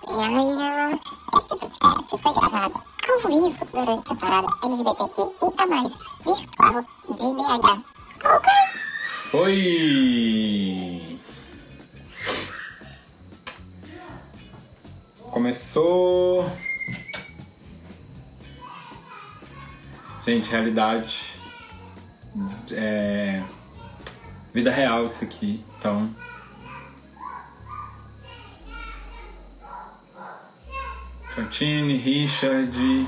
Esse podcast foi gravado ao vivo durante a parada LGBTQIA+, virtual de BH. Ok? Oi! Começou. Gente, realidade. Vida real isso aqui, então. Fantine, Richard.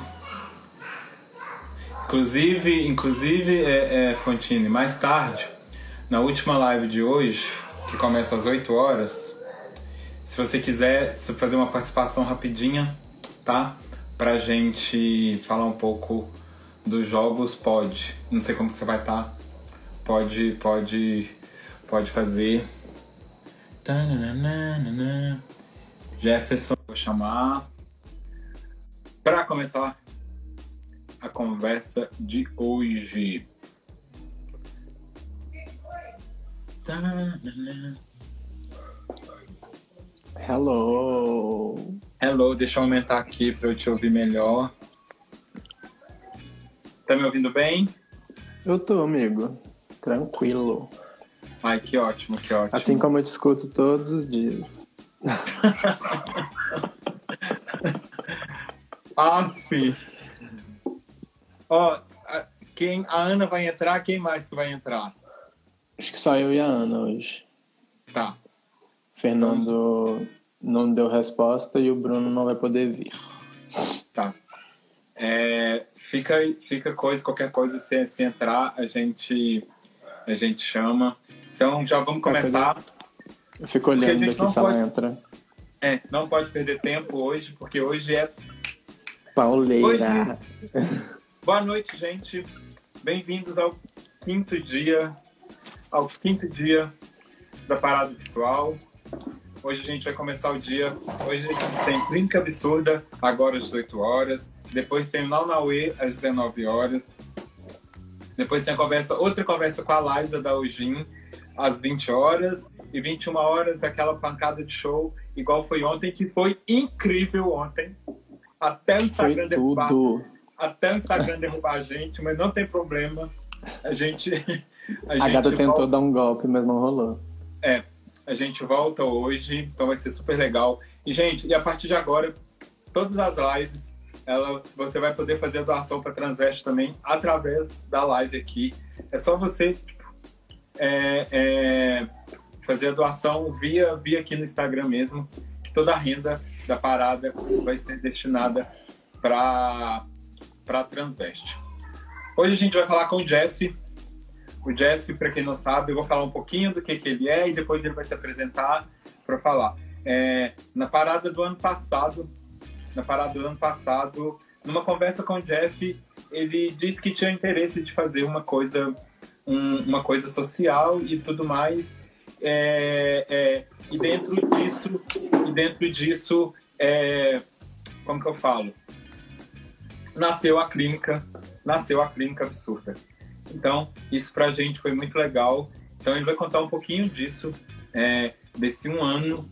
Inclusive, Fantine, mais tarde, na última live de hoje, que começa às 8 horas, se você quiser fazer uma participação rapidinha, tá? Pra gente falar um pouco dos jogos, pode. Não sei como que você vai estar. Pode fazer. Jefferson, vou chamar para começar a conversa de hoje. Hello, deixa eu aumentar aqui para eu te ouvir melhor. Tá me ouvindo bem? Eu tô, amigo. Tranquilo. Ai, que ótimo. Assim como eu te escuto todos os dias. Aff. Ó, a Ana vai entrar, quem mais que vai entrar? Acho que só eu e a Ana hoje. Tá. Fernando não deu resposta e o Bruno não vai poder vir. Tá. Fica qualquer coisa, se entrar, a gente chama. Então já vamos começar. Eu fico olhando aqui se ela entra. Não pode perder tempo hoje, porque hoje é pauleira. Boa noite, gente. Bem-vindos ao quinto dia da parada virtual. Hoje a gente vai começar o dia. Hoje a gente tem Clínica Absurda, agora às 18 horas. Depois tem o Naunauê, às 19 horas. Depois tem outra conversa com a Liza da Ujin, às 20 horas. E 21 horas, aquela pancada de show, igual foi ontem, que foi incrível ontem. Até o Instagram derrubar a gente, mas não tem problema. A gata tentou dar um golpe, mas não rolou. A gente volta hoje, então vai ser super legal. E, gente, a partir de agora, todas as lives, você vai poder fazer a doação para Transveste também, através da live aqui. É só você fazer a doação via aqui no Instagram mesmo, que toda a renda da parada vai ser destinada para Transveste. Hoje a gente vai falar com o Jeff. O Jeff, para quem não sabe, eu vou falar um pouquinho do que ele é e depois ele vai se apresentar para falar. Na parada do ano passado, numa conversa com o Jeff, ele disse que tinha interesse de fazer uma coisa social e tudo mais. E dentro disso, como que eu falo? Nasceu a clínica Absurda. Então, isso pra gente foi muito legal. Então, ele vai contar um pouquinho disso, desse um ano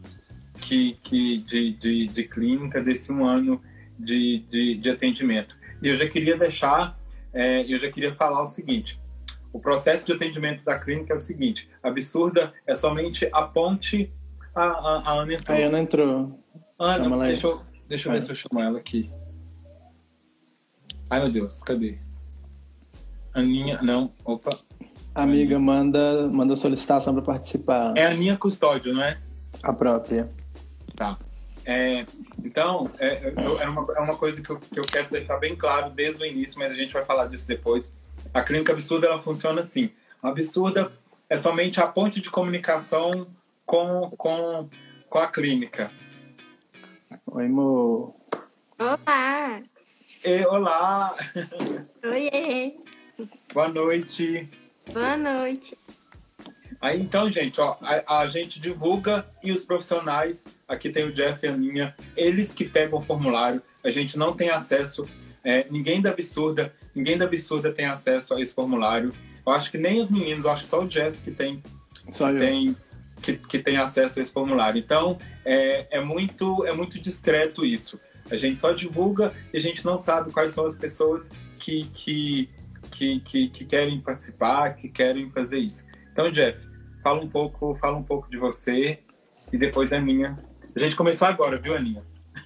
de clínica, desse um ano de atendimento. E eu já queria falar o seguinte: o processo de atendimento da clínica é o seguinte: Absurda é somente a ponte. A Ana entrou. A Ana entrou. Ana, deixa eu ver se eu chamo ela aqui. Ai, meu Deus, cadê? Aninha, não, opa. Amiga, manda solicitação para participar. É a Aninha Custódio, não é? A própria. Tá. Então, é uma coisa que eu quero deixar bem claro desde o início, mas a gente vai falar disso depois. A Clínica Absurda, ela funciona assim. A Absurda é somente a ponte de comunicação com a clínica. Oi, amor. Olá! Olá! Oiê! Boa noite! Boa noite! Aí, então, gente, a gente divulga e os profissionais, aqui tem o Jeff e a Aninha, eles que pegam o formulário, a gente não tem acesso, ninguém da Absurda tem acesso a esse formulário. Eu acho que nem os meninos, eu acho que só o Jeff que tem. Só eu. que tem acesso a esse formulário. Então, é muito discreto isso. A gente só divulga e a gente não sabe quais são as pessoas que querem participar, que querem fazer isso. Então, Jeff, fala um pouco de você e depois a minha. A gente começou agora, viu, Aninha?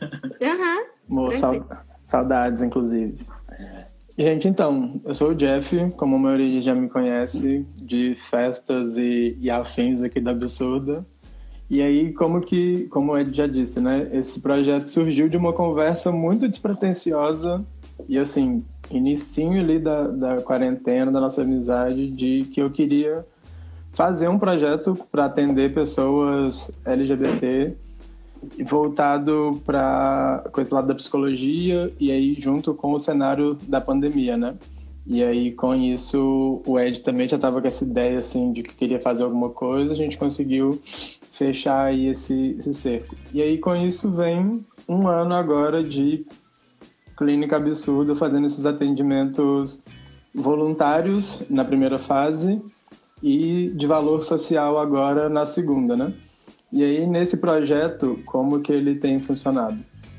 Saudades, inclusive. Gente, então, eu sou o Jeff, como a maioria já me conhece, de festas e afins aqui da Absurda. E aí, como o Ed já disse, né? Esse projeto surgiu de uma conversa muito despretensiosa e, assim, inicinho ali da quarentena, da nossa amizade, de que eu queria fazer um projeto para atender pessoas LGBT voltado para com esse lado da psicologia e aí junto com o cenário da pandemia, né? E aí com isso o Ed também já estava com essa ideia assim de que queria fazer alguma coisa, a gente conseguiu fechar aí esse cerco. E aí com isso vem um ano agora de Clínica Absurda, fazendo esses atendimentos voluntários na primeira fase e de valor social agora na segunda, né? E aí, nesse projeto, como que ele tem funcionado?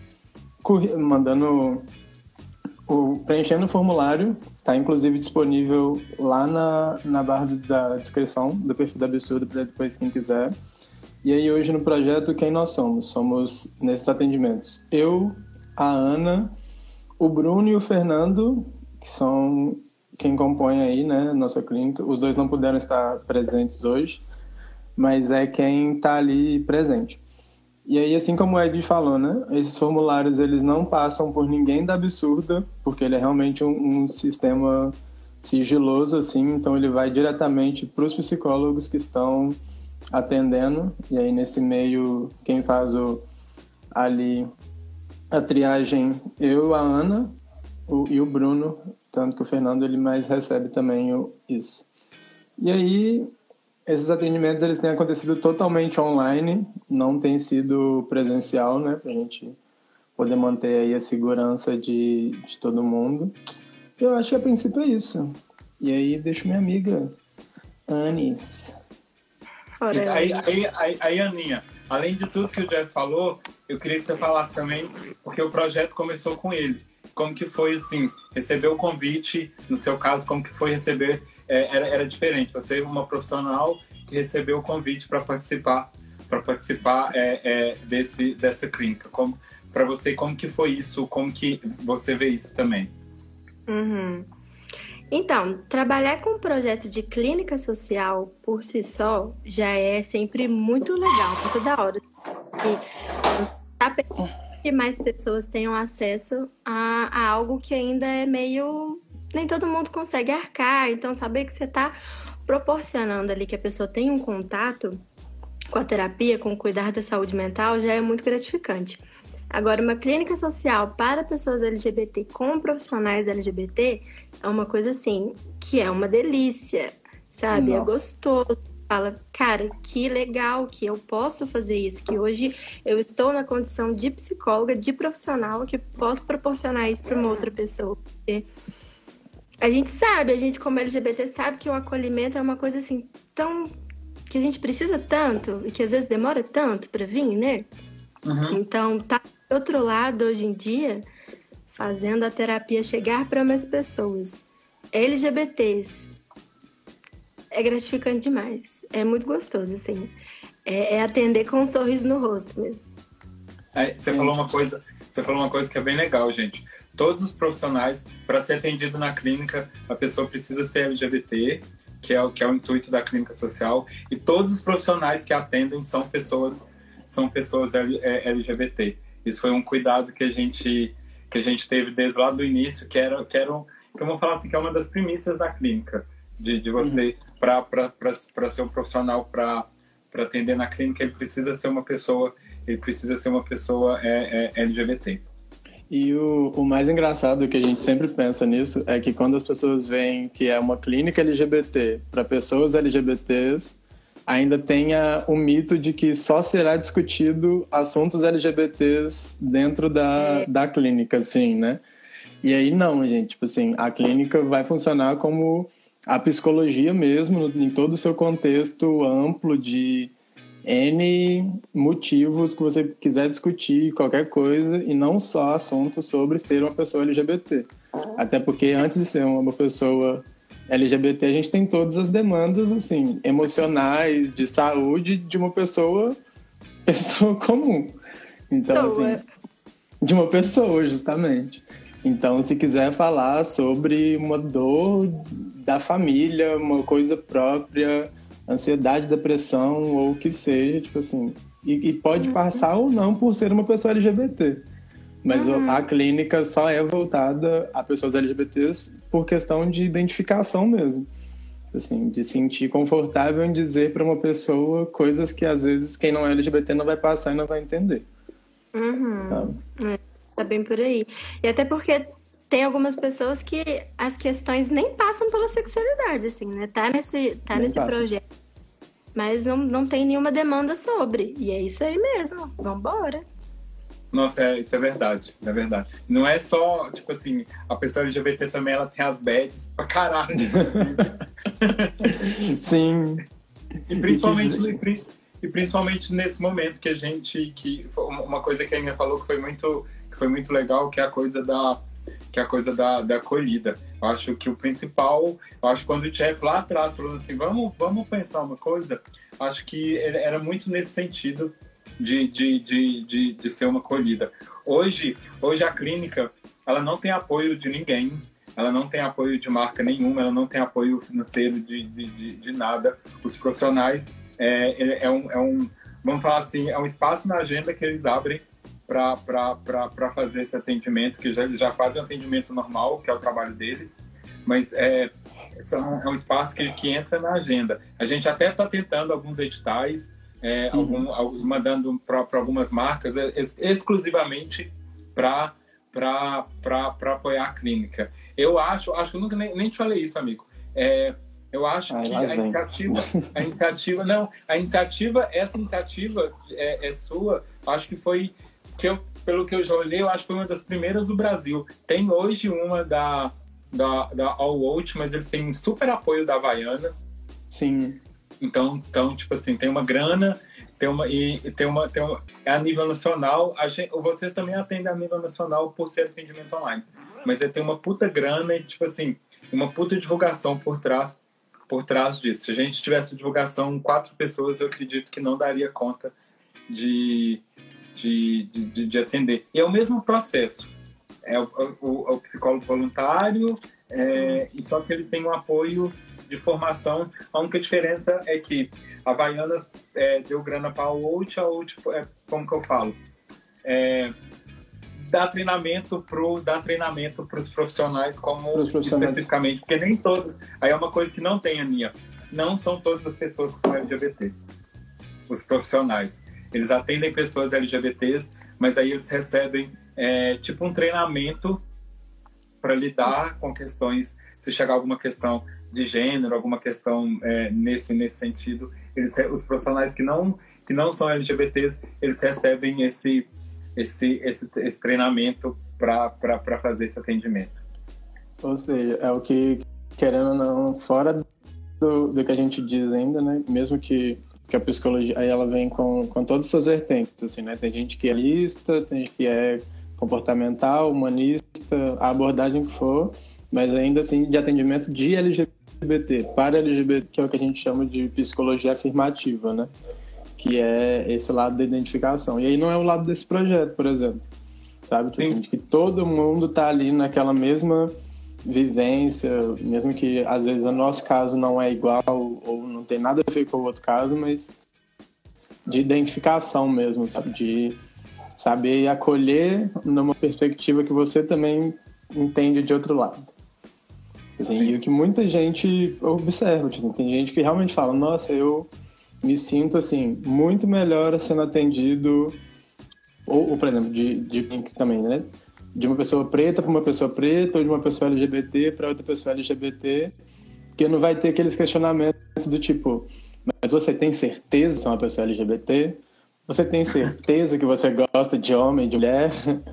Preenchendo o formulário, está inclusive disponível lá na barra da descrição do perfil da Absurda, para depois quem quiser. E aí, hoje no projeto, quem nós somos? Somos nesses atendimentos. Eu, a Ana, o Bruno e o Fernando, que são quem compõe aí, né, nossa clínica. Os dois não puderam estar presentes hoje, mas é quem está ali presente. E aí, assim como o Ed falou, né, esses formulários eles não passam por ninguém da Absurda, porque ele é realmente um sistema sigiloso, assim, então ele vai diretamente para os psicólogos que estão atendendo, e aí nesse meio, quem faz ali a triagem, eu, a Ana e o Bruno, tanto que o Fernando ele mais recebe também isso. E aí, esses atendimentos eles têm acontecido totalmente online, não tem sido presencial, né, pra gente poder manter aí a segurança de todo mundo. Eu acho que a princípio é isso. E aí deixo minha amiga Anis. Aí, Aninha, além de tudo que o Jeff falou, eu queria que você falasse também, porque o projeto começou com ele. Como que foi, assim, receber o convite, no seu caso, como que foi receber, era diferente, você é uma profissional que recebeu o convite para participar dessa clínica. Para você, como que foi isso, como que você vê isso também? Então, trabalhar com um projeto de clínica social por si só já é sempre muito legal, muito da hora. E você tá percebendo que mais pessoas tenham acesso a algo que ainda é meio... Nem todo mundo consegue arcar, então saber que você está proporcionando ali que a pessoa tenha um contato com a terapia, com o cuidar da saúde mental, já é muito gratificante. Agora, uma clínica social para pessoas LGBT com profissionais LGBT é uma coisa assim, que é uma delícia, sabe? Nossa. É gostoso. Fala, cara, que legal que eu posso fazer isso, que hoje eu estou na condição de psicóloga, de profissional, que posso proporcionar isso para uma outra pessoa. Porque a gente como LGBT sabe que o acolhimento é uma coisa assim, tão... que a gente precisa tanto e que às vezes demora tanto para vir, né? Então, tá do outro lado, hoje em dia, fazendo a terapia chegar para mais pessoas LGBTs. É gratificante demais. É muito gostoso, assim. É atender com um sorriso no rosto mesmo. Você falou uma coisa que é bem legal, gente. Todos os profissionais, para ser atendido na clínica, a pessoa precisa ser LGBT, que é o intuito da clínica social, e todos os profissionais que atendem são pessoas LGBT. Isso foi um cuidado que a gente teve desde lá do início, que eu vou falar assim, que é uma das premissas da clínica, de você, para ser um profissional, para atender na clínica, ele precisa ser uma pessoa LGBT. E o mais engraçado que a gente sempre pensa nisso é que quando as pessoas veem que é uma clínica LGBT para pessoas LGBTs, ainda tenha o mito de que só será discutido assuntos LGBTs dentro da clínica, assim, né? E aí não, gente, tipo assim, a clínica vai funcionar como a psicologia mesmo, em todo o seu contexto amplo de N motivos que você quiser discutir, qualquer coisa, e não só assuntos sobre ser uma pessoa LGBT. Até porque antes de ser uma pessoa LGBT, a gente tem todas as demandas, assim, emocionais, de saúde de uma pessoa comum. Então, assim, de uma pessoa, justamente. Então, se quiser falar sobre uma dor da família, uma coisa própria, ansiedade, depressão, ou o que seja, tipo assim, e pode passar ou não por ser uma pessoa LGBT. Mas a clínica só é voltada a pessoas LGBTs por questão de identificação mesmo. Assim, de sentir confortável em dizer para uma pessoa coisas que às vezes quem não é LGBT não vai passar e não vai entender. Tá bem por aí. E até porque tem algumas pessoas que as questões nem passam pela sexualidade, assim, né? Tá nesse projeto. Mas não tem nenhuma demanda sobre. E é isso aí mesmo. Vambora. Nossa, isso é verdade. Não é só, tipo assim, a pessoa LGBT também, ela tem as bads pra caralho. Sim. E principalmente nesse momento que uma coisa que a Aninha falou que foi muito legal, que é a coisa da acolhida. Eu acho que o principal, quando o Jeff lá atrás falou assim, vamos pensar uma coisa, acho que era muito nesse sentido de ser uma acolhida. Hoje a clínica, ela não tem apoio de ninguém, ela não tem apoio de marca nenhuma, ela não tem apoio financeiro de nada. Os profissionais, vamos falar assim, é um espaço na agenda que eles abrem para fazer esse atendimento, que já fazem um atendimento normal, que é o trabalho deles, mas é um espaço que entra na agenda. A gente até está tentando alguns editais, mandando para algumas marcas, exclusivamente para apoiar a clínica. Eu acho que eu nunca nem te falei isso, amigo. Eu acho que essa iniciativa é sua, acho que foi, pelo que eu já olhei, eu acho que foi uma das primeiras do Brasil. Tem hoje uma da All Out, mas eles têm um super apoio da Havaianas. Sim. Então, tipo assim, tem uma grana, é a nível nacional. Vocês também atendem a nível nacional por ser atendimento online. Mas tem uma puta grana e, tipo assim, uma puta divulgação por trás disso. Se a gente tivesse divulgação 4 pessoas, eu acredito que não daria conta de atender. E é o mesmo processo. É o psicólogo voluntário, e só que eles têm um apoio de formação. A única diferença é que a Havaianas deu grana para a Out, como que eu falo? Dá treinamento para os profissionais, especificamente, porque nem todos. Aí é uma coisa que não tem, Aninha. Não são todas as pessoas que são LGBTs. Os profissionais. Eles atendem pessoas LGBTs, mas aí eles recebem tipo um treinamento para lidar com questões, se chegar alguma questão de gênero, alguma questão nesse sentido. Os profissionais que não são LGBTs, eles recebem esse treinamento para fazer esse atendimento. Ou seja, é o que, querendo ou não, fora do que a gente diz ainda, né? Mesmo que a psicologia, aí ela vem com todas as suas vertentes, assim, né? Tem gente que é lista, tem gente que é comportamental, humanista, a abordagem que for, mas ainda assim de atendimento de LGBT, para LGBT, que é o que a gente chama de psicologia afirmativa, né? Que é esse lado da identificação. E aí não é o lado desse projeto, por exemplo, sabe? Tipo assim, de que todo mundo tá ali naquela mesma vivência, mesmo que às vezes o nosso caso não é igual ou não tem nada a ver com o outro caso, mas de identificação mesmo, sabe? De saber acolher numa perspectiva que você também entende de outro lado. Assim, e o que muita gente observa, tipo, tem gente que realmente fala, nossa, eu me sinto assim muito melhor sendo atendido, ou por exemplo, de também, né? De uma pessoa preta para uma pessoa preta, ou de uma pessoa LGBT para outra pessoa LGBT, porque não vai ter aqueles questionamentos do tipo, mas você tem certeza que é uma pessoa LGBT? Você tem certeza que você gosta de homem, de mulher?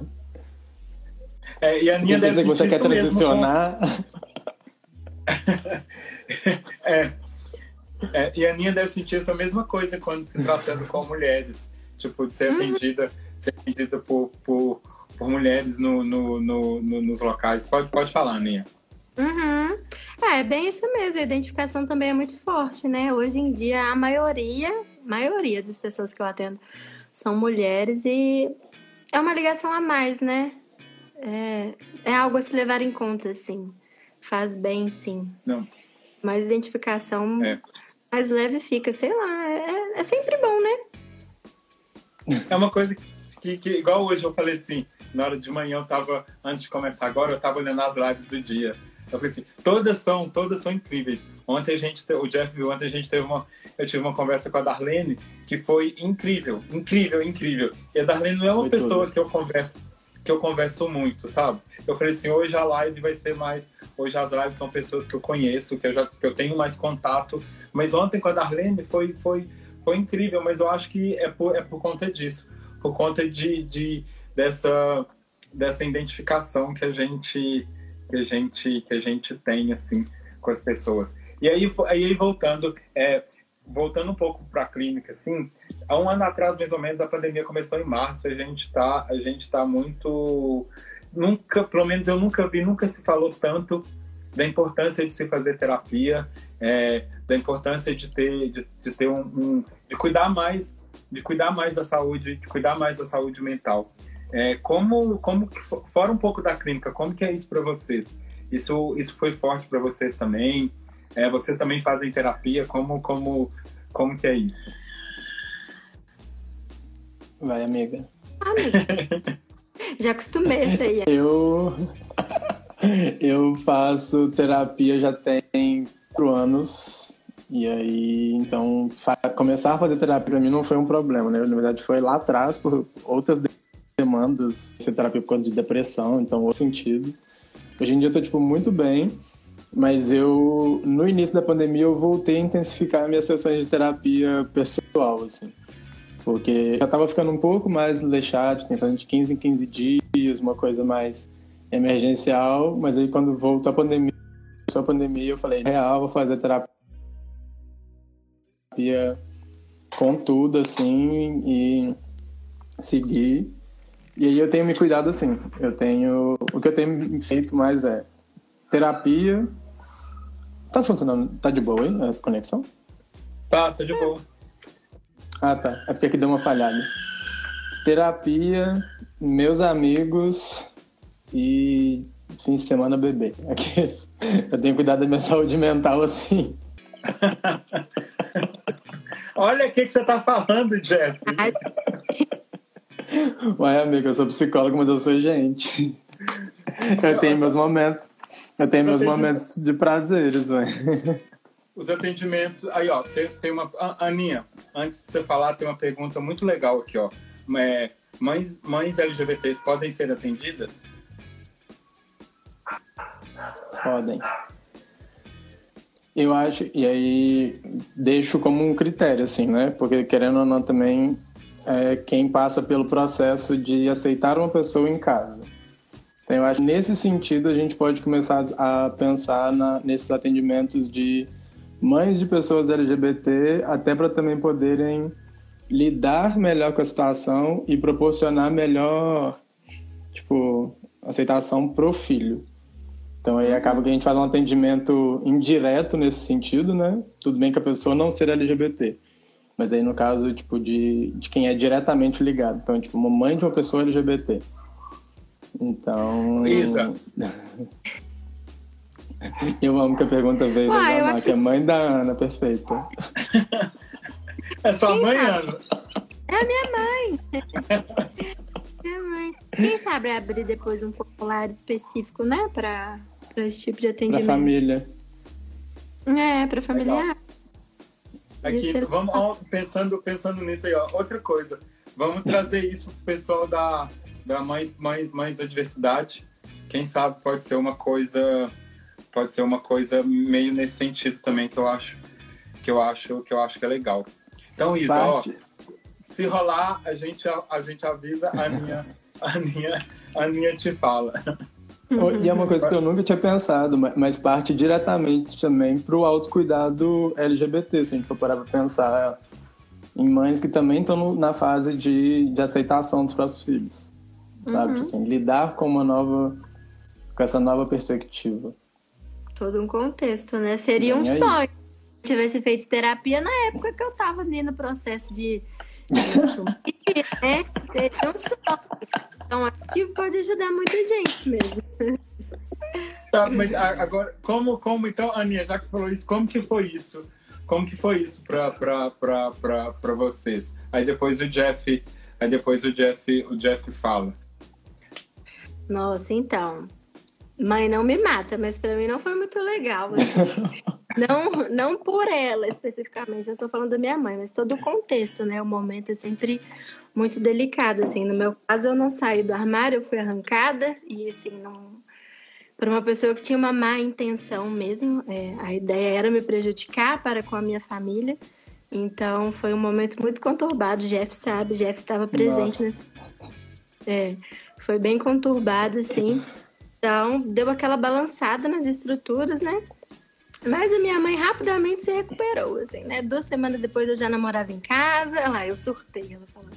E a minha deve que você quer transicionar? E a Aninha deve sentir essa mesma coisa quando se tratando com mulheres. Tipo, de ser atendida por mulheres nos locais. Pode falar, Aninha. Uhum. É bem isso mesmo, a identificação também é muito forte, né? Hoje em dia, a maioria das pessoas que eu atendo são mulheres e é uma ligação a mais, né? É algo a se levar em conta, assim. Faz bem, sim. Não. Mas identificação mais leve fica, sei lá, é sempre bom, né? É uma coisa que igual hoje eu falei assim, na hora de manhã eu tava, antes de começar agora, eu tava olhando as lives do dia. Eu falei assim, todas são incríveis. Ontem o Jeff viu, ontem eu tive uma conversa com a Darlene que foi incrível. E a Darlene não é uma pessoa que eu converso muito, sabe? Eu falei assim, hoje a live vai ser mais, hoje as lives são pessoas que eu conheço, que eu tenho mais contato, mas ontem com a Darlene foi incrível, mas eu acho que é por conta disso, por conta dessa identificação que a gente tem, assim, com as pessoas. E aí voltando um pouco para a clínica, assim, há um ano atrás, mais ou menos, a pandemia começou em março, a gente tá muito... Pelo menos eu nunca se falou tanto da importância de se fazer terapia, da importância de cuidar mais da saúde, de cuidar mais da saúde mental. Fora um pouco da clínica, como que é isso para vocês? Isso foi forte para vocês também? Vocês também fazem terapia? Como que é isso? Vai, amiga. Já acostumei isso aí. Eu faço terapia já tem 4 anos. E aí, então, começar a fazer terapia para mim não foi um problema, né? Na verdade, foi lá atrás, por outras demandas, fazer terapia por conta de depressão, então, outro sentido. Hoje em dia eu tô, muito bem, mas no início da pandemia, eu voltei a intensificar minhas sessões de terapia pessoal, assim. Porque já tava ficando um pouco mais deixado, tentando de 15 em 15 dias, uma coisa mais emergencial, mas aí quando voltou a pandemia, eu falei, vou fazer terapia com tudo, assim, e seguir. E aí eu tenho me cuidado assim. O que eu tenho feito mais é terapia. Tá funcionando? Tá de boa aí a conexão? Tá de boa. Ah, tá. É porque aqui deu uma falhada. Terapia, meus amigos e fim de semana bebê. Aqui, eu tenho cuidado da minha saúde mental assim. Olha o que você tá falando, Jeff. Ué, amiga, eu sou psicólogo, mas eu sou gente. Eu tenho meus momentos. Meus momentos de prazeres, ué. Os atendimentos... Aí, ó, tem uma... Aninha, antes de você falar, tem uma pergunta muito legal aqui, ó. Mães LGBTs podem ser atendidas? Podem. Eu acho... E aí, deixo como um critério, assim, né? Porque, querendo ou não, também... quem passa pelo processo de aceitar uma pessoa em casa. Então, eu acho que nesse sentido a gente pode começar a pensar nesses atendimentos de mães de pessoas LGBT, até para também poderem lidar melhor com a situação e proporcionar melhor, aceitação pro filho. Então aí acaba que a gente faz um atendimento indireto nesse sentido, né? Tudo bem que a pessoa não ser LGBT. Mas aí, no caso, de quem é diretamente ligado. Então, uma mãe de uma pessoa LGBT. Então... Isa. Eu amo que a pergunta veio da Ana, que é mãe da Ana, perfeita. É sua mãe, Ana? É a minha mãe. Minha mãe. Quem sabe abrir depois um formulário específico, né? Para esse tipo de atendimento. Pra família. Pra familiar. Aqui, vamos pensando nisso aí, ó. Outra coisa, vamos trazer isso pro pessoal da mães da diversidade. Quem sabe pode ser uma coisa meio nesse sentido também que eu acho que é legal. Então, Isa, ó, se rolar, a gente avisa, a Aninha te fala. E é uma coisa que eu nunca tinha pensado, mas parte diretamente também para o autocuidado LGBT, se a gente for parar para pensar em mães que também estão na fase de aceitação dos próprios filhos, sabe? Assim, lidar com com essa nova perspectiva. Todo um contexto, né? Seria um sonho se tivesse feito terapia na época que eu tava ali no processo de assumir, né? Seria um sonho. Então, acho que pode ajudar muita gente mesmo. Tá, mas agora, então, Aninha, já que falou isso, como que foi isso? Como que foi isso para vocês? Aí depois o Jeff fala. Nossa, então. Mãe não me mata, mas para mim não foi muito legal. Assim. Não por ela especificamente, eu estou falando da minha mãe, mas todo o contexto, né? O momento é sempre muito delicado, assim. No meu caso, eu não saí do armário, eu fui arrancada e, assim, não... Por uma pessoa que tinha uma má intenção mesmo, a ideia era me prejudicar para com a minha família. Então, foi um momento muito conturbado. Jeff sabe, Jeff estava presente nesse... foi bem conturbado, assim. Então, deu aquela balançada nas estruturas, né? Mas a minha mãe rapidamente se recuperou, assim, né? 2 semanas depois eu já namorava em casa. Olha lá, eu surtei, ela falou.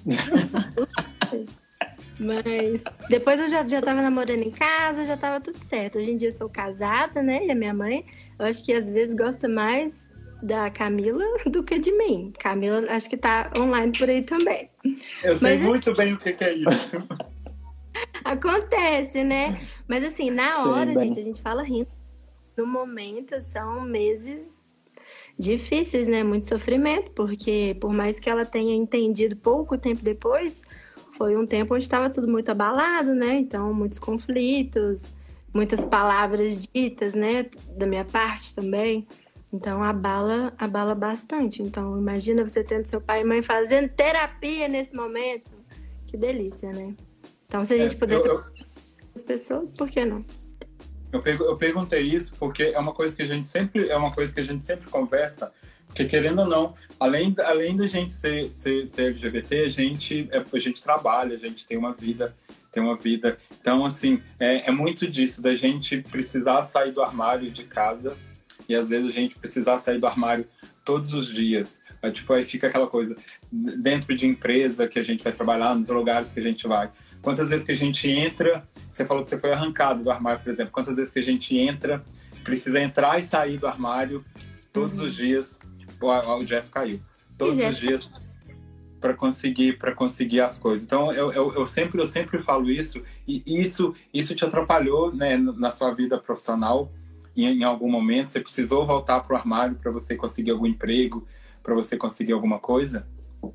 Mas depois eu já tava namorando em casa, já tava tudo certo. Hoje em dia eu sou casada, né? E a minha mãe, eu acho que às vezes gosta mais da Camila do que de mim. Camila, acho que tá online por aí também. Eu sei muito bem o que é isso. Acontece, né? Mas assim, na hora, gente, a gente fala rindo. No momento, são meses difíceis, né? Muito sofrimento, porque por mais que ela tenha entendido pouco tempo depois, foi um tempo onde estava tudo muito abalado, né? Então, muitos conflitos, muitas palavras ditas, né? Da minha parte também. Então, abala bastante. Então, imagina você tendo seu pai e mãe fazendo terapia nesse momento. Que delícia, né? Então, se a gente puder as pessoas, por que não? Eu perguntei isso porque é uma coisa que a gente sempre conversa, porque querendo ou não, além da gente ser LGBT, a gente trabalha, a gente tem uma vida. Então, assim, é muito disso, da gente precisar sair do armário de casa e às vezes a gente precisar sair do armário todos os dias. Aí fica aquela coisa, dentro de empresa que a gente vai trabalhar, nos lugares que a gente vai. Quantas vezes que a gente entra, você falou que você foi arrancado do armário, por exemplo, quantas vezes que a gente entra, precisa entrar e sair do armário todos os dias, o Jeff caiu, todos os dias para conseguir as coisas. Então, eu sempre falo isso, e isso te atrapalhou, né, na sua vida profissional, em algum momento, você precisou voltar para o armário para você conseguir algum emprego, para você conseguir alguma coisa?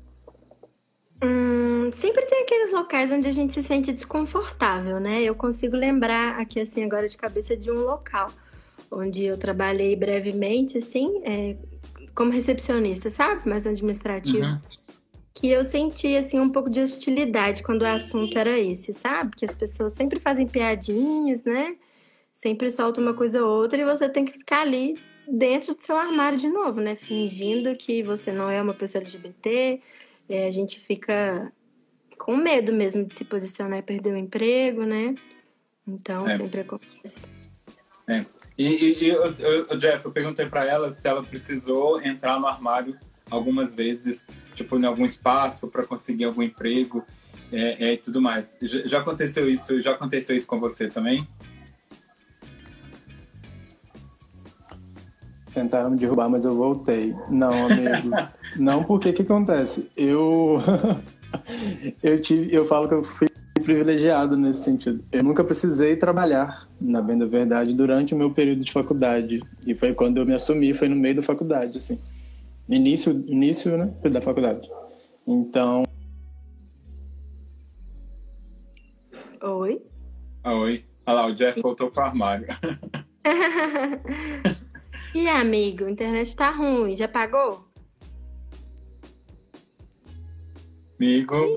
Sempre tem aqueles locais onde a gente se sente desconfortável, né? Eu consigo lembrar aqui, assim, agora de cabeça de um local onde eu trabalhei brevemente, assim, como recepcionista, sabe? Mais administrativo. Uhum. Que eu senti, assim, um pouco de hostilidade quando o assunto era esse, sabe? Que as pessoas sempre fazem piadinhas, né? Sempre soltam uma coisa ou outra e você tem que ficar ali dentro do seu armário de novo, né? Fingindo que você não é uma pessoa LGBT. A gente fica com medo mesmo de se posicionar e perder o emprego, né? Então, sempre acontece. E Jeff, eu perguntei para ela se ela precisou entrar no armário algumas vezes, tipo, em algum espaço para conseguir algum emprego e tudo mais. Já aconteceu isso com você também? Tentaram me derrubar, mas eu voltei. Não, amigo. Não, porque o que acontece? Eu falo que eu fui privilegiado nesse sentido. Eu nunca precisei trabalhar, na bem da verdade, durante o meu período de faculdade. E foi quando eu me assumi, foi no meio da faculdade, assim. Início, né, da faculdade. Então... Oi? Oi. Olha lá, o Jeff voltou pro armário. E amigo, a internet tá ruim, já pagou? Amigo.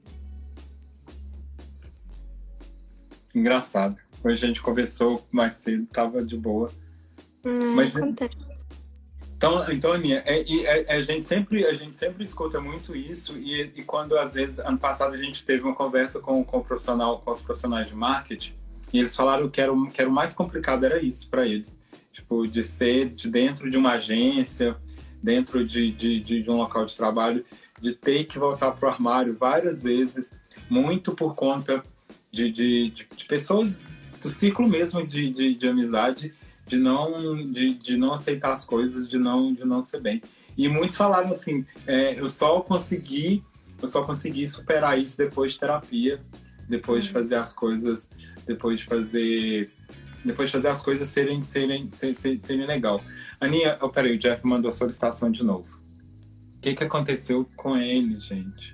Engraçado. Hoje a gente conversou mais cedo, tava de boa. Mas acontece. Então, Aninha, a gente sempre escuta muito isso e quando às vezes, ano passado a gente teve uma conversa com os profissionais de marketing E eles falaram que era o mais complicado era isso para eles. Tipo, de ser de dentro de uma agência, dentro de um local de trabalho, de ter que voltar pro armário várias vezes, muito por conta de pessoas do ciclo mesmo de amizade, de não aceitar as coisas, de não ser bem. E muitos falaram assim, eu só consegui superar isso depois de terapia, depois de fazer as coisas, depois de fazer as coisas serem legal. Aninha, peraí, o Jeff mandou a solicitação de novo. O que aconteceu com ele, gente?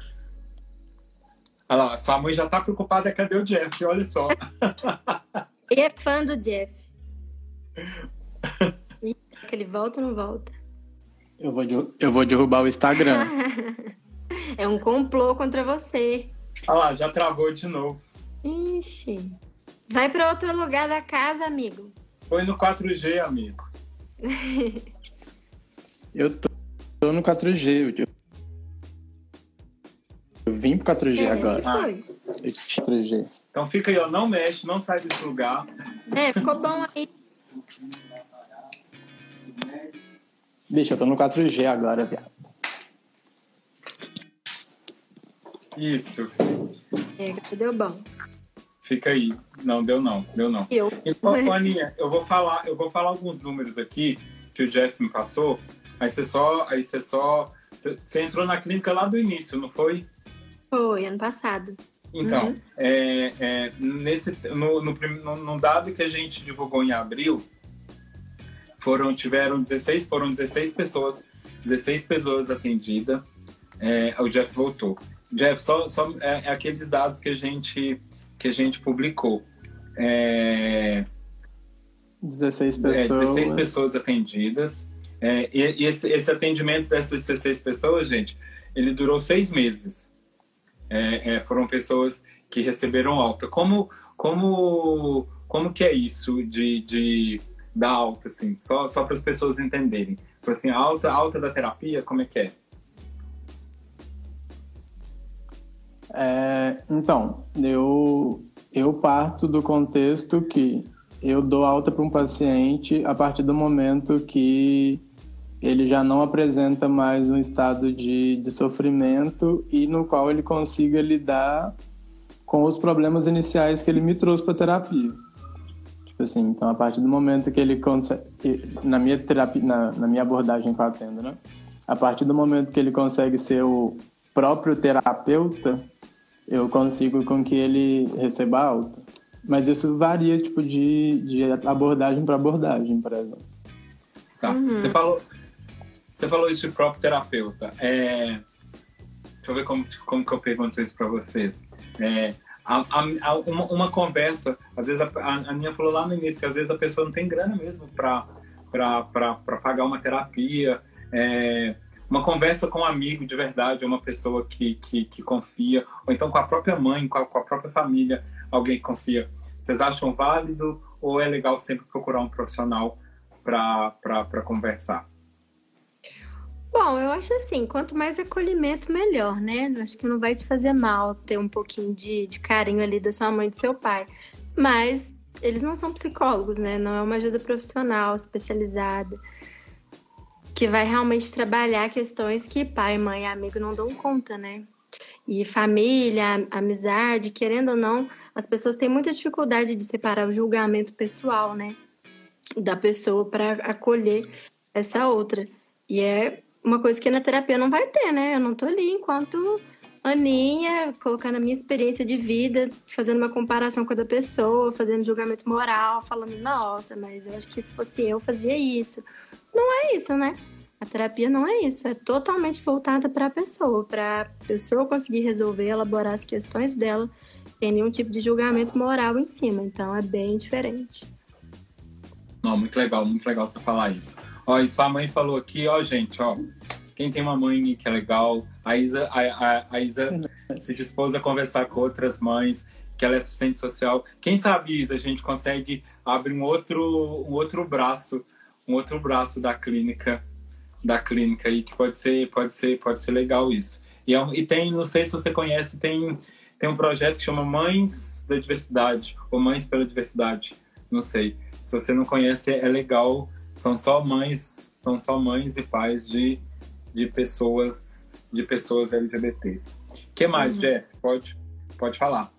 Olha lá, sua mãe já tá preocupada, cadê o Jeff? Olha só. Ele é fã do Jeff. E que ele volta ou não volta? Eu vou derrubar o Instagram. É um complô contra você. Olha lá, já travou de novo. Ixi. Vai para outro lugar da casa, amigo. Foi no 4G, amigo. Eu tô no 4G. Eu vim pro 4G agora. Foi. Eu tinha 4G. Então fica aí, ó, não mexe, não sai desse lugar. Ficou bom aí. Bicho, eu tô no 4G agora, viado. Isso. Deu bom. Fica aí. Não, deu não. Eu. Então, Aninha, eu vou falar alguns números aqui que o Jeff me passou. Você entrou na clínica lá do início, não foi? Foi, ano passado. Então, no dado que a gente divulgou em abril, foram 16 pessoas atendidas. O Jeff voltou. Jeff, só aqueles dados que a gente publicou. 16 pessoas. 16 pessoas atendidas. E esse atendimento dessas 16 pessoas, gente, ele durou 6 meses. Foram pessoas que receberam alta. Como que é isso de dar alta, assim? Só para as pessoas entenderem. Assim, alta da terapia, como é que é? Então, eu parto do contexto que eu dou alta para um paciente a partir do momento que ele já não apresenta mais um estado de sofrimento e no qual ele consiga lidar com os problemas iniciais que ele me trouxe para a terapia. Tipo assim, então a partir do momento que ele consegue, na minha terapia, na minha abordagem que eu atendo, né? A partir do momento que ele consegue ser o próprio terapeuta, eu consigo com que ele receba alta. Mas isso varia, tipo, de abordagem para abordagem, por exemplo. Tá. Você falou isso de próprio terapeuta. Deixa eu ver como que eu pergunto isso para vocês. Uma conversa, às vezes a Aninha falou lá no início que às vezes a pessoa não tem grana mesmo para pagar uma terapia. Uma conversa com um amigo de verdade, uma pessoa que confia, ou então com a própria mãe, com a própria família, alguém que confia. Vocês acham válido ou é legal sempre procurar um profissional para conversar? Bom, eu acho assim, quanto mais acolhimento, melhor, né? Acho que não vai te fazer mal ter um pouquinho de carinho ali da sua mãe e do seu pai. Mas eles não são psicólogos, né? Não é uma ajuda profissional especializada que vai realmente trabalhar questões que pai, mãe e amigo não dão conta, né? E família, amizade, querendo ou não, as pessoas têm muita dificuldade de separar o julgamento pessoal, né? Da pessoa para acolher essa outra. E é uma coisa que na terapia não vai ter, né? Eu não tô ali enquanto Aninha, colocando a minha experiência de vida, fazendo uma comparação com a da pessoa, fazendo julgamento moral, falando, nossa, mas eu acho que se fosse eu fazia isso. Não é isso, né? A terapia não é isso, é totalmente voltada para a pessoa conseguir resolver, elaborar as questões dela, sem nenhum tipo de julgamento moral em cima. Então é bem diferente. Não, muito legal você falar isso. Ó, e sua mãe falou aqui, ó, gente, ó, quem tem uma mãe que é legal, a Isa se dispôs a conversar com outras mães, que ela é assistente social. Quem sabe, Isa, a gente consegue abrir um outro braço da clínica aí, que pode ser legal isso. E tem, não sei se você conhece, tem tem um projeto que chama Mães da Diversidade, ou Mães pela Diversidade, não sei. Se você não conhece, é legal. São só mães e pais de pessoas LGBTs. O que mais, Jeff? Pode falar.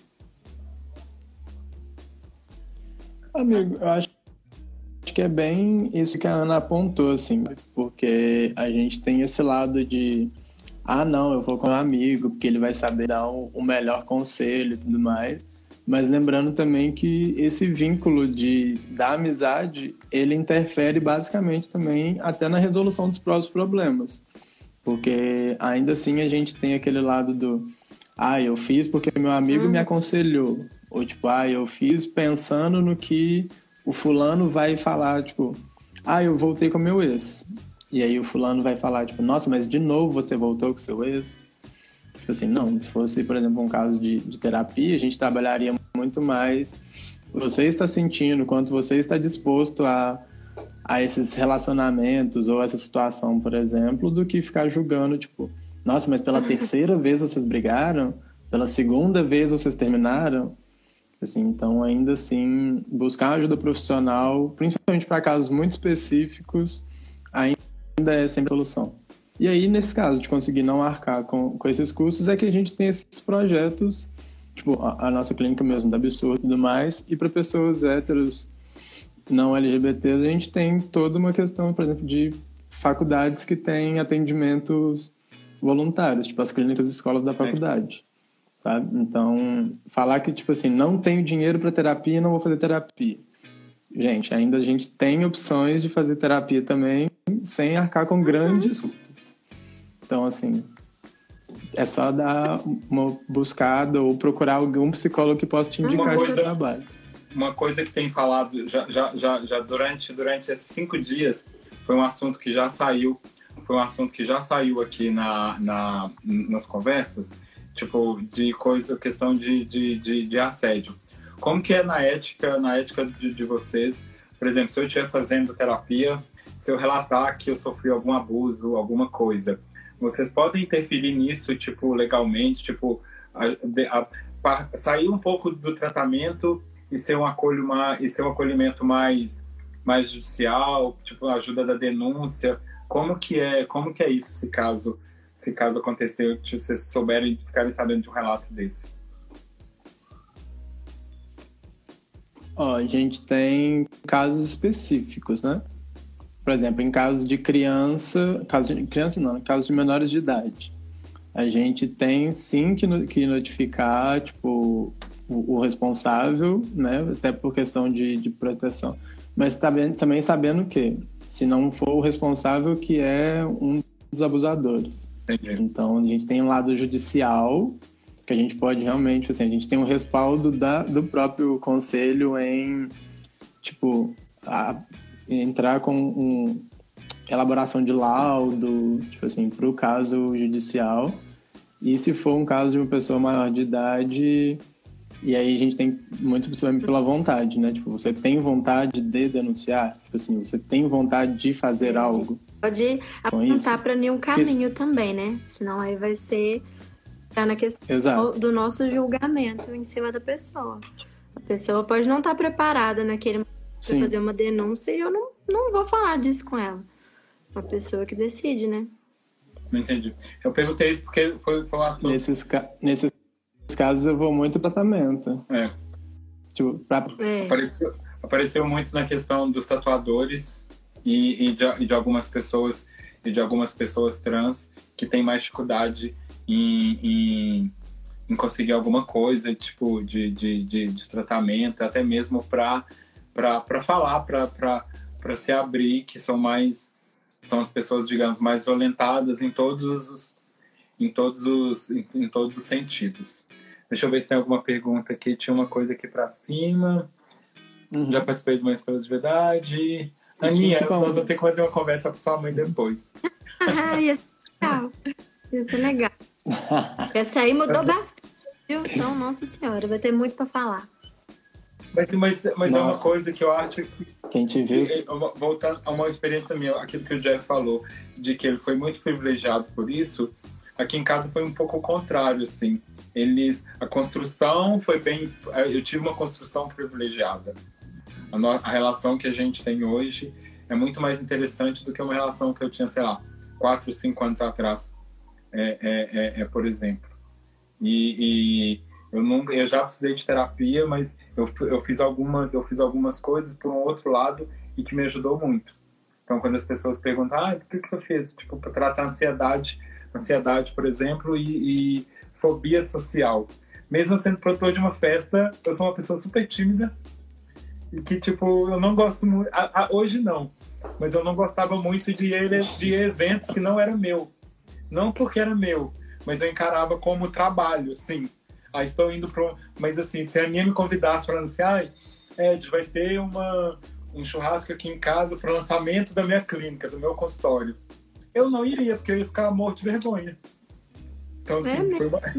Amigo, eu acho que é bem isso que a Ana apontou, assim, porque a gente tem esse lado de não, eu vou com um amigo, porque ele vai saber dar o melhor conselho e tudo mais. Mas lembrando também que esse vínculo da amizade, ele interfere basicamente também até na resolução dos próprios problemas. Porque ainda assim a gente tem aquele lado do eu fiz porque meu amigo me aconselhou. Ou tipo, eu fiz pensando no que o fulano vai falar, tipo, eu voltei com meu ex. E aí o fulano vai falar, tipo, nossa, mas de novo você voltou com seu ex? Tipo assim, não, se fosse, por exemplo, um caso de terapia, a gente trabalharia muito mais você está sentindo, quanto você está disposto a esses relacionamentos ou essa situação, por exemplo, do que ficar julgando, tipo, nossa, mas pela terceira vez vocês brigaram? Pela segunda vez vocês terminaram? Assim, então, ainda assim, buscar ajuda profissional, principalmente para casos muito específicos, ainda é sempre a solução. E aí, nesse caso de conseguir não arcar com esses custos, é que a gente tem esses projetos, tipo, a nossa clínica mesmo, da Absurdo e tudo mais, e para pessoas héteros não LGBTs, a gente tem toda uma questão, por exemplo, de faculdades que têm atendimentos voluntários, tipo as clínicas e escolas da faculdade. Tá? Então, falar que, tipo assim, não tenho dinheiro para terapia, não vou fazer terapia. Gente, ainda a gente tem opções de fazer terapia também sem arcar com grandes custos. Então, assim, é só uma buscada ou procurar algum psicólogo que possa te indicar esse trabalho. Uma coisa que tem falado já durante esses 5 dias foi um assunto que já saiu aqui nas conversas, tipo, questão de assédio. Como que é na ética de vocês? Por exemplo, se eu estiver fazendo terapia, se eu relatar que eu sofri algum abuso, alguma coisa, vocês podem interferir nisso, tipo, legalmente, tipo, sair um pouco do tratamento e ser um acolhimento mais judicial, tipo, a ajuda da denúncia. Como que é isso, se caso acontecer, se vocês souberem, ficarem sabendo de um relato desse? A gente tem casos específicos, né? Por exemplo, em casos de casos de menores de idade. A gente tem sim que notificar, tipo, o responsável, né? Até por questão de proteção. Mas também sabendo que, se não for o responsável, que é um dos abusadores. Entendi. Então, a gente tem um lado judicial, que a gente pode realmente, assim, a gente tem um respaldo do próprio conselho em, tipo, entrar com elaboração de laudo, tipo assim, para o caso judicial. E se for um caso de uma pessoa maior de idade, e aí a gente tem muito principalmente pela vontade, né? Tipo, você tem vontade de denunciar? Tipo assim, você tem vontade de fazer algo? Pode apontar para nenhum caminho também, né? Senão aí vai ser na questão do nosso julgamento em cima da pessoa. A pessoa pode não estar preparada naquele momento para fazer uma denúncia e eu não vou falar disso com ela. Uma pessoa que decide, né? Não entendi. Eu perguntei isso porque foi um assunto... Nesses casos eu vou muito tratamento. Tipo, Apareceu muito na questão dos tatuadores e de algumas pessoas trans que têm mais dificuldade em conseguir alguma coisa, tipo, de tratamento, até mesmo para falar, para se abrir, que são as pessoas, digamos, mais violentadas em todos os sentidos. Deixa eu ver se tem alguma pergunta aqui. Tinha uma coisa aqui pra cima. Já participei de Mães pela Verdade. Aninha, nós vamos ter que fazer uma conversa com sua mãe depois. Ia ser legal. Essa aí mudou bastante, viu? Então, nossa senhora, vai ter muito pra falar. Mas é uma coisa que eu acho que... Quem te viu? Voltando a uma experiência minha, aquilo que o Jeff falou, de que ele foi muito privilegiado por isso, aqui em casa foi um pouco o contrário, assim. A construção foi bem... Eu tive uma construção privilegiada. A relação que a gente tem hoje é muito mais interessante do que uma relação que eu tinha, sei lá, 4, 5 anos atrás, por exemplo. Eu já precisei de terapia, mas eu fiz algumas coisas por um outro lado e que me ajudou muito. Então, quando as pessoas perguntam, por que eu fiz? Tipo, para tratar ansiedade, por exemplo, e fobia social. Mesmo sendo produtor de uma festa, eu sou uma pessoa super tímida e que, tipo, eu não gosto muito... Hoje não, mas eu não gostava muito de eventos que não era meu. Não porque era meu, mas eu encarava como trabalho, assim. Estou indo para... Mas, assim, se a Aninha me convidasse para anunciar, Ed, vai ter um churrasco aqui em casa para o lançamento da minha clínica, do meu consultório. Eu não iria, porque eu ia ficar morto de vergonha. Então, assim, foi uma...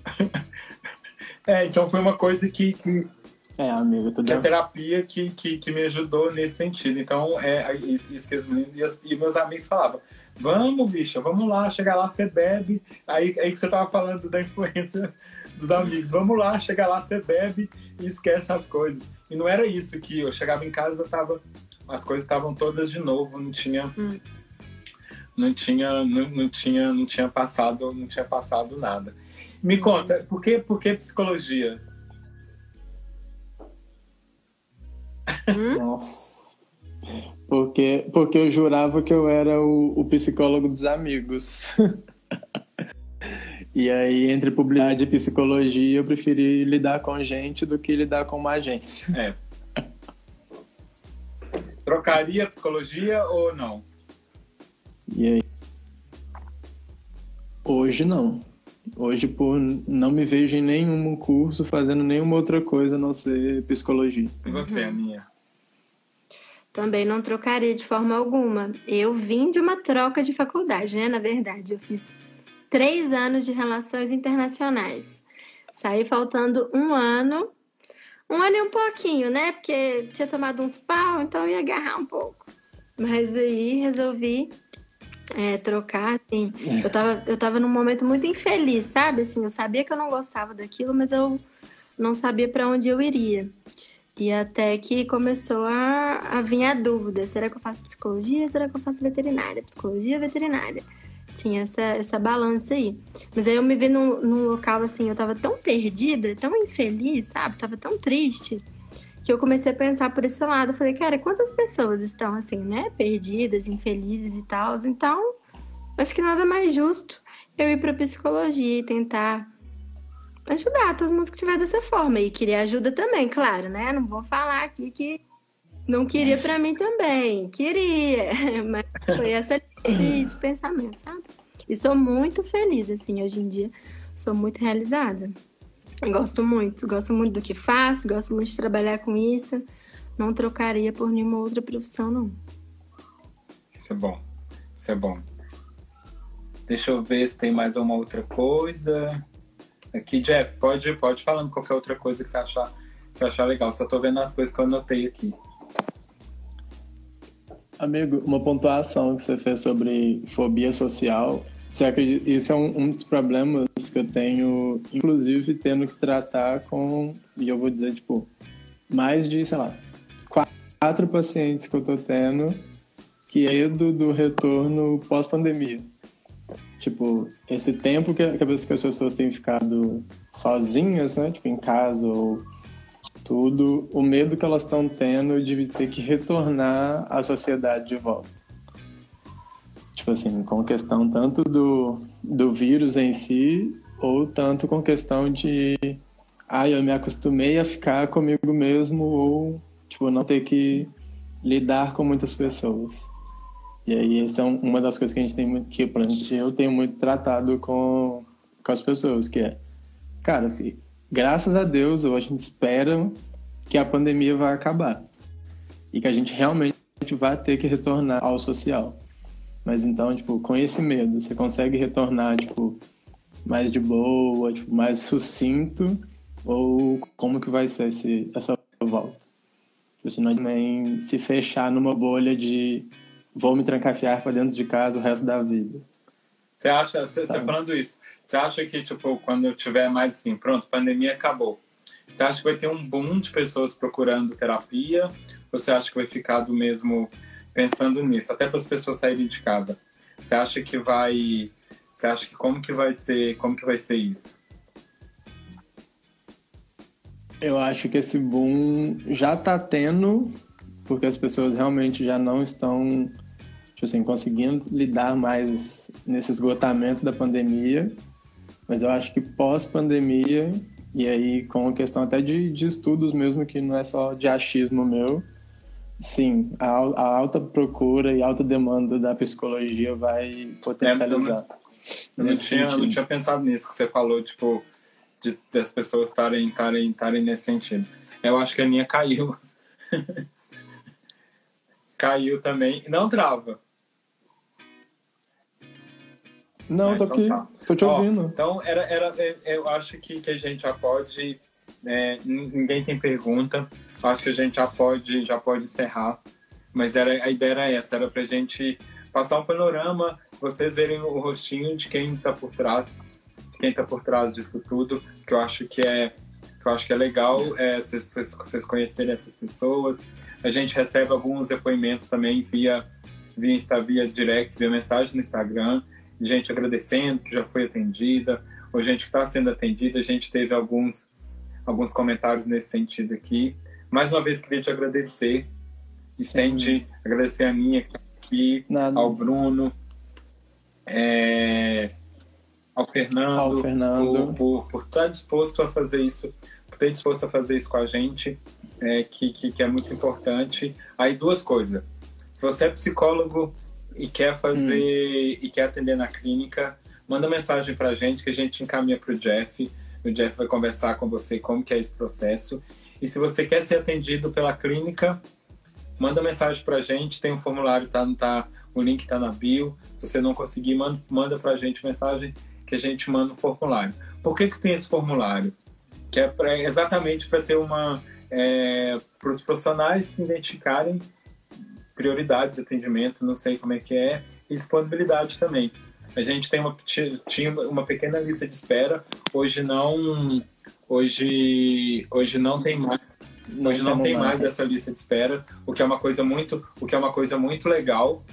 então foi uma coisa que amigo, a terapia que me ajudou nesse sentido. Então, isso que as meninas e meus amigos falavam. Vamos, bicha, vamos lá, chega lá, você bebe. Aí que você tava falando da influência dos amigos. Vamos lá, chega lá, você bebe e esquece as coisas. E não era isso que eu chegava em casa, as coisas estavam todas de novo, não tinha passado nada. Me conta, por que psicologia? Nossa. Porque eu jurava que eu era o psicólogo dos amigos. E aí, entre publicidade e psicologia, eu preferi lidar com gente do que lidar com uma agência. Trocaria psicologia ou não? E aí? Hoje não. Hoje, por não me vejo em nenhum curso fazendo nenhuma outra coisa a não ser psicologia. E você, Aninha? Também não trocaria de forma alguma. Eu vim de uma troca de faculdade, né? Na verdade, eu fiz 3 anos de relações internacionais. Saí faltando 1 ano. 1 ano e um pouquinho, né? Porque tinha tomado uns pau, então eu ia agarrar um pouco. Mas aí resolvi trocar, assim. Eu tava num momento muito infeliz, sabe? Assim, eu sabia que eu não gostava daquilo, mas eu não sabia para onde eu iria. E até que começou a vir a dúvida. Será que eu faço psicologia? Será que eu faço veterinária? Psicologia, veterinária. Tinha essa balança aí. Mas aí eu me vi num local, assim, eu tava tão perdida, tão infeliz, sabe? Tava tão triste, que eu comecei a pensar por esse lado. Eu falei, cara, quantas pessoas estão, assim, né? Perdidas, infelizes e tal. Então, acho que nada mais justo eu ir pra psicologia e tentar ajudar todo mundo que estiver dessa forma. E queria ajuda também, claro, né? Não vou falar aqui que não queria pra mim também. Queria, mas foi essa de pensamento, sabe? E sou muito feliz, assim, hoje em dia. Sou muito realizada. Gosto muito do que faço, gosto muito de trabalhar com isso. Não trocaria por nenhuma outra profissão, não. Isso é bom. Deixa eu ver se tem mais uma outra coisa. Aqui, Jeff, pode falando qualquer outra coisa que você achar legal. Só tô vendo as coisas que eu anotei aqui. Amigo, uma pontuação que você fez sobre fobia social. Você acredita? Isso é um dos problemas que eu tenho, inclusive tendo que tratar com, e eu vou dizer, tipo, mais de, sei lá, 4 pacientes que eu tô tendo que é do retorno pós-pandemia. Tipo, esse tempo que as pessoas têm ficado sozinhas, né? Tipo, em casa ou tudo, o medo que elas estão tendo de ter que retornar à sociedade de volta. Tipo assim, com questão tanto do vírus em si, ou tanto com questão de eu me acostumei a ficar comigo mesmo, ou tipo, não ter que lidar com muitas pessoas. E aí essa é uma das coisas que a gente tem muito, que eu tenho muito tratado com as pessoas, que é, cara, graças a Deus, a gente espera que a pandemia vai acabar e que a gente realmente vai ter que retornar ao social. Mas então, tipo, com esse medo, você consegue retornar, tipo, mais de boa, tipo, mais sucinto, ou como que vai ser essa volta? Tipo, se não também se fechar numa bolha de vou me trancafiar para dentro de casa o resto da vida. Você falando isso, você acha que, tipo, quando eu tiver mais assim, pronto, pandemia acabou, você acha que vai ter um boom de pessoas procurando terapia? Ou você acha que vai ficar do mesmo pensando nisso? Até para as pessoas saírem de casa. Você acha que como que vai ser isso? Eu acho que esse boom já tá tendo, porque as pessoas realmente já não estão, tipo assim, conseguindo lidar mais nesse esgotamento da pandemia. Mas eu acho que pós-pandemia, e aí com a questão até de estudos mesmo, que não é só de achismo meu, sim, a alta procura e alta demanda da psicologia vai potencializar. Eu não tinha pensado nisso que você falou, tipo, das pessoas estarem nesse sentido. Eu acho que a minha caiu. Caiu também. Não trava. Não, tô então aqui. Tá. Tô te ouvindo. Então, eu acho que a gente já pode... ninguém tem pergunta. Acho que a gente já pode encerrar. Mas a ideia era essa. Era pra gente passar um panorama, vocês verem o rostinho de quem tá por trás. Quem está por trás disso tudo, que eu acho que é legal vocês conhecerem essas pessoas. A gente recebe alguns depoimentos também via direct, via mensagem no Instagram, gente agradecendo que já foi atendida, ou gente que está sendo atendida. A gente teve alguns comentários nesse sentido aqui. Mais uma vez, queria te agradecer. Agradecer a minha aqui, Nada. ao Bruno, ao Fernando. Por estar disposto a fazer isso, por ter disposto a fazer isso com a gente, que é muito importante. Aí, duas coisas. Se você é psicólogo e quer fazer e quer atender na clínica, manda mensagem pra gente que a gente encaminha pro Jeff. O Jeff vai conversar com você como que é esse processo. E se você quer ser atendido pela clínica, manda mensagem pra gente, tem um formulário, o link tá na bio. Se você não conseguir, manda pra gente mensagem que a gente manda um formulário. Por que tem esse formulário? Que é exatamente para ter para os profissionais se identificarem prioridades de atendimento, não sei como é que é, e disponibilidade também. A gente tinha uma pequena lista de espera, hoje não tem mais. Hoje não tem mais essa lista de espera, o que é uma coisa muito legal.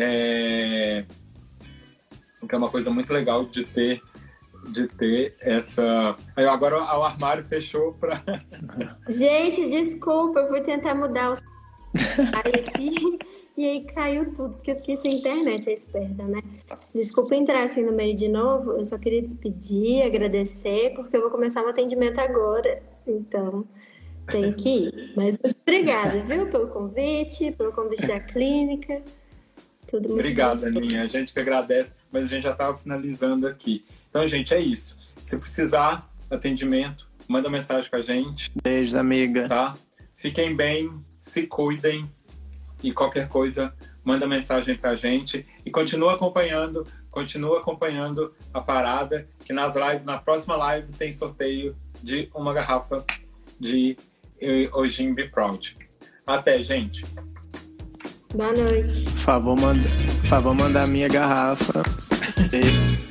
O que é uma coisa muito legal de ter essa... Agora o armário fechou para... Gente, desculpa, eu fui tentar mudar os... Aí aqui, e aí caiu tudo, porque eu fiquei sem internet, é esperta, né? Desculpa entrar assim no meio de novo, eu só queria despedir, agradecer, porque eu vou começar um atendimento agora, então tem que ir. Mas obrigada, viu, pelo convite da clínica. Tudo muito Obrigada, gostoso. Aninha. A gente que agradece, mas a gente já estava finalizando aqui. Então, gente, é isso. Se precisar atendimento, manda mensagem com a gente. Beijos, amiga. Tá? Fiquem bem, se cuidem e qualquer coisa, manda mensagem pra gente. E continua acompanhando a parada, que na próxima live tem sorteio de uma garrafa de Ojin Be Proud. Até, gente. Boa noite. Favor mandar minha garrafa. Beijo.